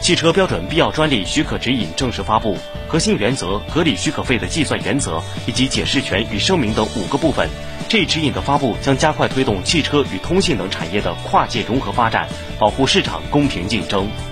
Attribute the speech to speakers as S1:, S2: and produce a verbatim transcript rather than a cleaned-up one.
S1: 汽车标准必要专利许可指引正式发布，核心原则、合理许可费的计算原则以及解释权与声明等五个部分。这一指引的发布将加快推动汽车与通信等产业的跨界融合发展，保护市场公平竞争。